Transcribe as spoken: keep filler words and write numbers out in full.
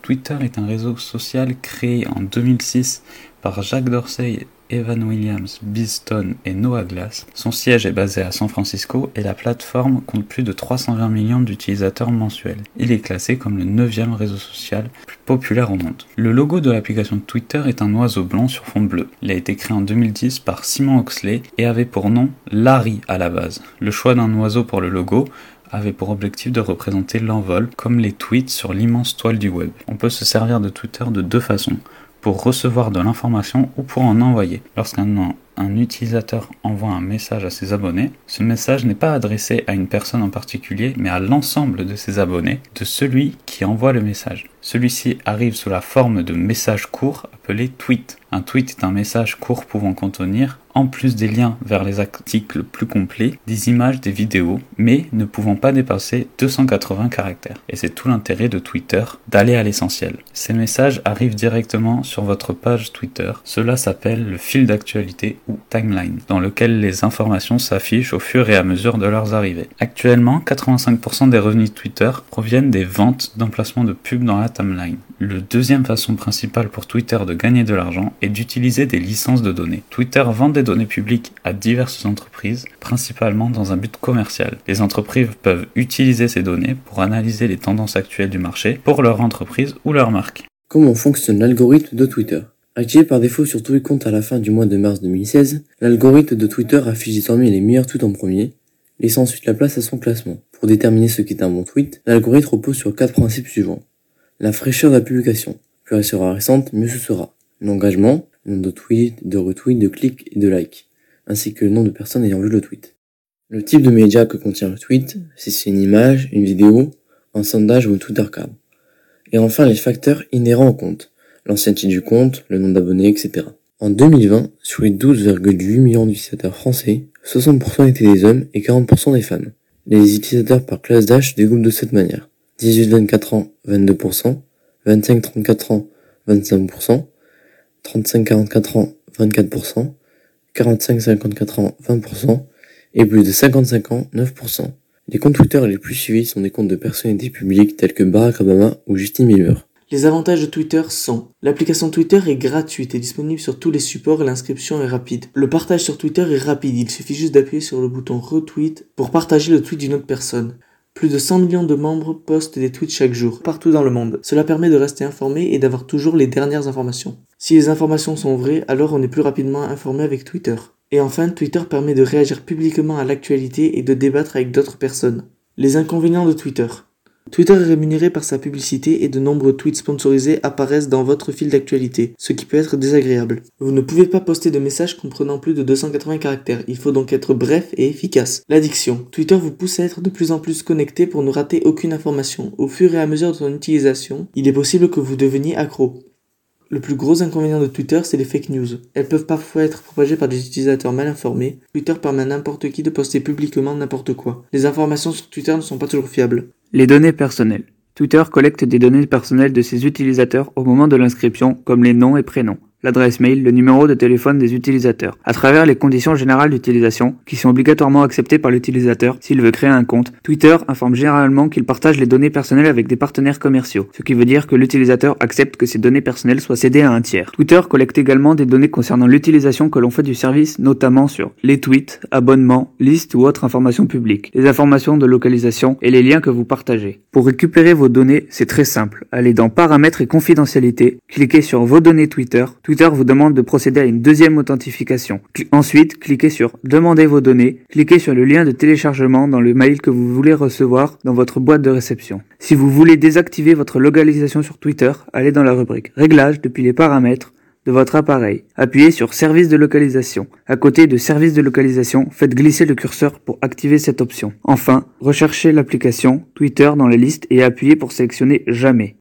Twitter est un réseau social créé en deux mille six par Jack Dorsey, Evan Williams, Biz Stone et Noah Glass. Son siège est basé à San Francisco et la plateforme compte plus de trois cent vingt millions d'utilisateurs mensuels. Il est classé comme le neuvième réseau social plus populaire au monde. Le logo de l'application Twitter est un oiseau blanc sur fond bleu. Il a été créé en deux mille dix par Simon Oxley et avait pour nom Larry à la base. Le choix d'un oiseau pour le logo avait pour objectif de représenter l'envol, comme les tweets sur l'immense toile du web. On peut se servir de Twitter de deux façons, pour recevoir de l'information ou pour en envoyer. Lorsqu'un un utilisateur envoie un message à ses abonnés, ce message n'est pas adressé à une personne en particulier, mais à l'ensemble de ses abonnés, de celui qui envoie le message. Celui-ci arrive sous la forme de messages courts appelés tweets. Un tweet est un message court pouvant contenir, en plus des liens vers les articles plus complets, des images, des vidéos, mais ne pouvant pas dépasser deux cent quatre-vingts caractères. Et c'est tout l'intérêt de Twitter, d'aller à l'essentiel. Ces messages arrivent directement sur votre page Twitter. Cela s'appelle le fil d'actualité ou timeline, dans lequel les informations s'affichent au fur et à mesure de leurs arrivées. Actuellement, quatre-vingt-cinq pour cent des revenus de Twitter proviennent des ventes d'emplacements de pubs dans la timeline. La deuxième façon principale pour Twitter de gagner de l'argent est d'utiliser des licences de données. Twitter vend des données publiques à diverses entreprises, principalement dans un but commercial. Les entreprises peuvent utiliser ces données pour analyser les tendances actuelles du marché pour leur entreprise ou leur marque. Comment fonctionne l'algorithme de Twitter ? Activé par défaut sur tous les comptes à la fin du mois de mars deux mille seize, l'algorithme de Twitter affiche désormais les meilleurs tweets en premier, laissant ensuite la place à son classement. Pour déterminer ce qu'est un bon tweet, l'algorithme repose sur quatre principes suivants. La fraîcheur de la publication. Plus elle sera récente, mieux ce sera. L'engagement, le nombre de tweets, de retweets, de clics et de likes, ainsi que le nombre de personnes ayant vu le tweet. Le type de média que contient le tweet, si c'est une image, une vidéo, un sondage ou un Twitter card. Et enfin les facteurs inhérents au compte, l'ancienneté du compte, le nombre d'abonnés, et cetera. En deux mille vingt, sur les douze virgule huit millions d'utilisateurs français, soixante pour cent étaient des hommes et quarante pour cent des femmes. Les utilisateurs par classe d'âge dégroupent de cette manière. dix-huit à vingt-quatre ans, vingt-deux pour cent, vingt-cinq à trente-quatre ans, vingt-cinq pour cent, trente-cinq à quarante-quatre ans, vingt-quatre pour cent, quarante-cinq à cinquante-quatre ans, vingt pour cent, et plus de cinquante-cinq ans, neuf pour cent. Les comptes Twitter les plus suivis sont des comptes de personnalités publiques tels que Barack Obama ou Justin Bieber. Les avantages de Twitter sont: l'application Twitter est gratuite et disponible sur tous les supports et l'inscription est rapide. Le partage sur Twitter est rapide, il suffit juste d'appuyer sur le bouton retweet pour partager le tweet d'une autre personne. Plus de cent millions de membres postent des tweets chaque jour, partout dans le monde. Cela permet de rester informé et d'avoir toujours les dernières informations. Si les informations sont vraies, alors on est plus rapidement informé avec Twitter. Et enfin, Twitter permet de réagir publiquement à l'actualité et de débattre avec d'autres personnes. Les inconvénients de Twitter. Twitter est rémunéré par sa publicité et de nombreux tweets sponsorisés apparaissent dans votre fil d'actualité, ce qui peut être désagréable. Vous ne pouvez pas poster de messages comprenant plus de deux cent quatre-vingts caractères, il faut donc être bref et efficace. L'addiction. Twitter vous pousse à être de plus en plus connecté pour ne rater aucune information. Au fur et à mesure de son utilisation, il est possible que vous deveniez accro. Le plus gros inconvénient de Twitter, c'est les fake news. Elles peuvent parfois être propagées par des utilisateurs mal informés. Twitter permet à n'importe qui de poster publiquement n'importe quoi. Les informations sur Twitter ne sont pas toujours fiables. Les données personnelles. Twitter collecte des données personnelles de ses utilisateurs au moment de l'inscription, comme les noms et prénoms, l'adresse mail, le numéro de téléphone des utilisateurs, à travers les conditions générales d'utilisation, qui sont obligatoirement acceptées par l'utilisateur s'il veut créer un compte. Twitter informe généralement qu'il partage les données personnelles avec des partenaires commerciaux, ce qui veut dire que l'utilisateur accepte que ces données personnelles soient cédées à un tiers. Twitter collecte également des données concernant l'utilisation que l'on fait du service, notamment sur les tweets, abonnements, listes ou autres informations publiques, les informations de localisation et les liens que vous partagez. Pour récupérer vos données, c'est très simple. Allez dans Paramètres et confidentialité, cliquez sur vos données Twitter. Twitter vous demande de procéder à une deuxième authentification. Cl- Ensuite, cliquez sur Demander vos données, cliquez sur le lien de téléchargement dans le mail que vous voulez recevoir dans votre boîte de réception. Si vous voulez désactiver votre localisation sur Twitter, allez dans la rubrique Réglages depuis les paramètres de votre appareil. Appuyez sur Service de localisation. À côté de Service de localisation, faites glisser le curseur pour activer cette option. Enfin, recherchez l'application Twitter dans la liste et appuyez pour sélectionner Jamais.